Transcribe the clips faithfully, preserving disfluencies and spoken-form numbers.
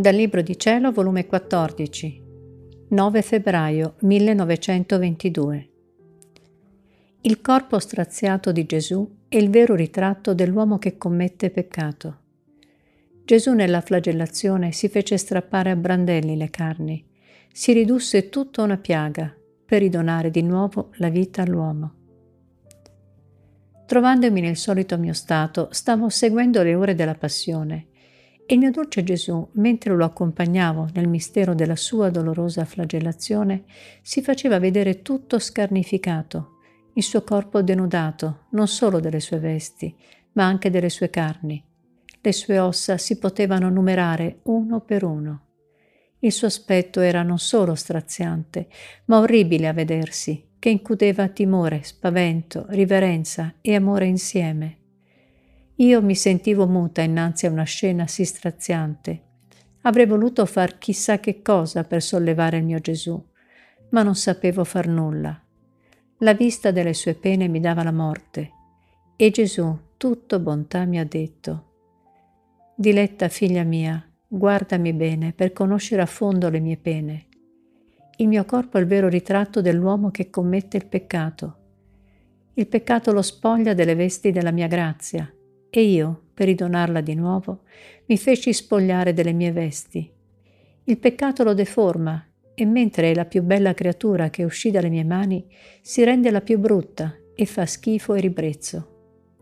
Dal Libro di Cielo, volume quattordici, nove febbraio millenovecentoventidue. Il corpo straziato di Gesù è il vero ritratto dell'uomo che commette peccato. Gesù nella flagellazione si fece strappare a brandelli le carni, si ridusse tutta una piaga per ridonare di nuovo la vita all'uomo. Trovandomi nel solito mio stato, stavo seguendo le ore della passione. E il mio dolce Gesù, mentre lo accompagnavo nel mistero della sua dolorosa flagellazione, si faceva vedere tutto scarnificato, il suo corpo denudato, non solo delle sue vesti, ma anche delle sue carni. Le sue ossa si potevano numerare uno per uno. Il suo aspetto era non solo straziante, ma orribile a vedersi, che incuteva timore, spavento, riverenza e amore insieme. Io mi sentivo muta innanzi a una scena sì straziante. Avrei voluto far chissà che cosa per sollevare il mio Gesù, ma non sapevo far nulla. La vista delle sue pene mi dava la morte, e Gesù, tutto bontà, mi ha detto: «Diletta figlia mia, guardami bene per conoscere a fondo le mie pene. Il mio corpo è il vero ritratto dell'uomo che commette il peccato. Il peccato lo spoglia delle vesti della mia grazia, e io, per ridonarla di nuovo, mi feci spogliare delle mie vesti. Il peccato lo deforma, e mentre è la più bella creatura che uscì dalle mie mani, si rende la più brutta e fa schifo e ribrezzo.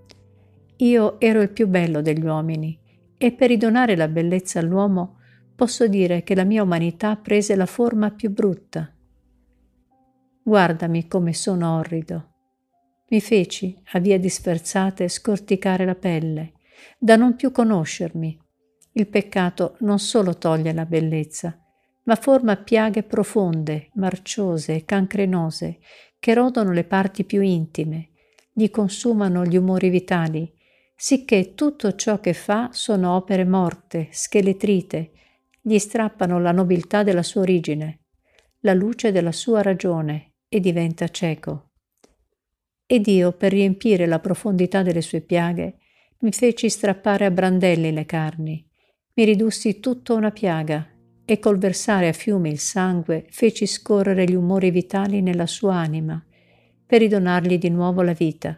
Io ero il più bello degli uomini, e per ridonare la bellezza all'uomo posso dire che la mia umanità prese la forma più brutta. Guardami come sono orrido. Mi feci, a vie dispersate, scorticare la pelle, da non più conoscermi. Il peccato non solo toglie la bellezza, ma forma piaghe profonde, marciose e cancrenose, che rodono le parti più intime, gli consumano gli umori vitali, sicché tutto ciò che fa sono opere morte, scheletrite, gli strappano la nobiltà della sua origine, la luce della sua ragione, e diventa cieco. Ed io, per riempire la profondità delle sue piaghe, mi feci strappare a brandelli le carni, mi ridussi tutto una piaga, e col versare a fiumi il sangue feci scorrere gli umori vitali nella sua anima, per ridonargli di nuovo la vita.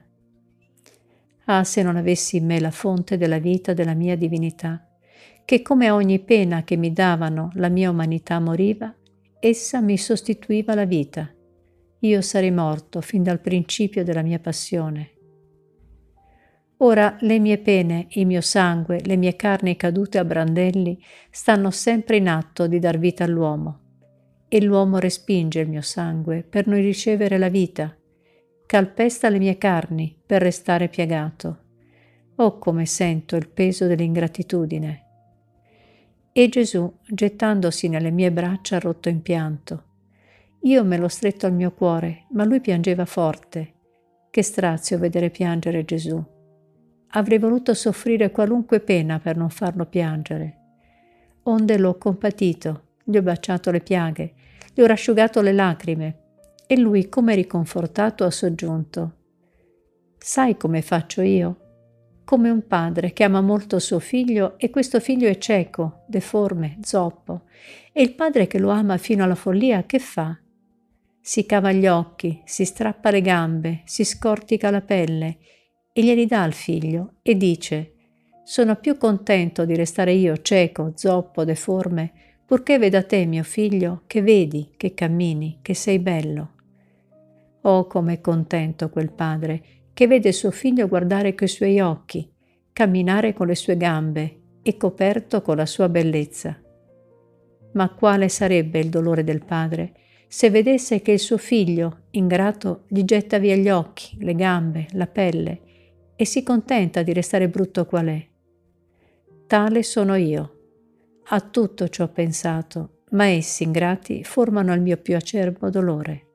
Ah, se non avessi in me la fonte della vita della mia divinità, che come a ogni pena che mi davano la mia umanità moriva, essa mi sostituiva la vita. Io sarei morto fin dal principio della mia passione. Ora le mie pene, il mio sangue, le mie carni cadute a brandelli stanno sempre in atto di dar vita all'uomo, e l'uomo respinge il mio sangue per non ricevere la vita, calpesta le mie carni per restare piagato. Oh, come sento il peso dell'ingratitudine! E Gesù, gettandosi nelle mie braccia, ha rotto in pianto. Io me l'ho stretto al mio cuore, ma lui piangeva forte. Che strazio vedere piangere Gesù. Avrei voluto soffrire qualunque pena per non farlo piangere. Onde l'ho compatito, gli ho baciato le piaghe, gli ho rasciugato le lacrime, e lui, come riconfortato, ha soggiunto: «Sai come faccio io? Come un padre che ama molto suo figlio, e questo figlio è cieco, deforme, zoppo, e il padre che lo ama fino alla follia che fa? Si cava gli occhi, si strappa le gambe, si scortica la pelle e glieli dà al figlio e dice: «Sono più contento di restare io cieco, zoppo, deforme, purché veda te, mio figlio, che vedi, che cammini, che sei bello». Oh, com'è contento quel padre che vede suo figlio guardare coi suoi occhi, camminare con le sue gambe e coperto con la sua bellezza. Ma quale sarebbe il dolore del padre se vedesse che il suo figlio, ingrato, gli getta via gli occhi, le gambe, la pelle, e si contenta di restare brutto qual è? Tale sono io. A tutto ci ho pensato, ma essi, ingrati, formano il mio più acerbo dolore.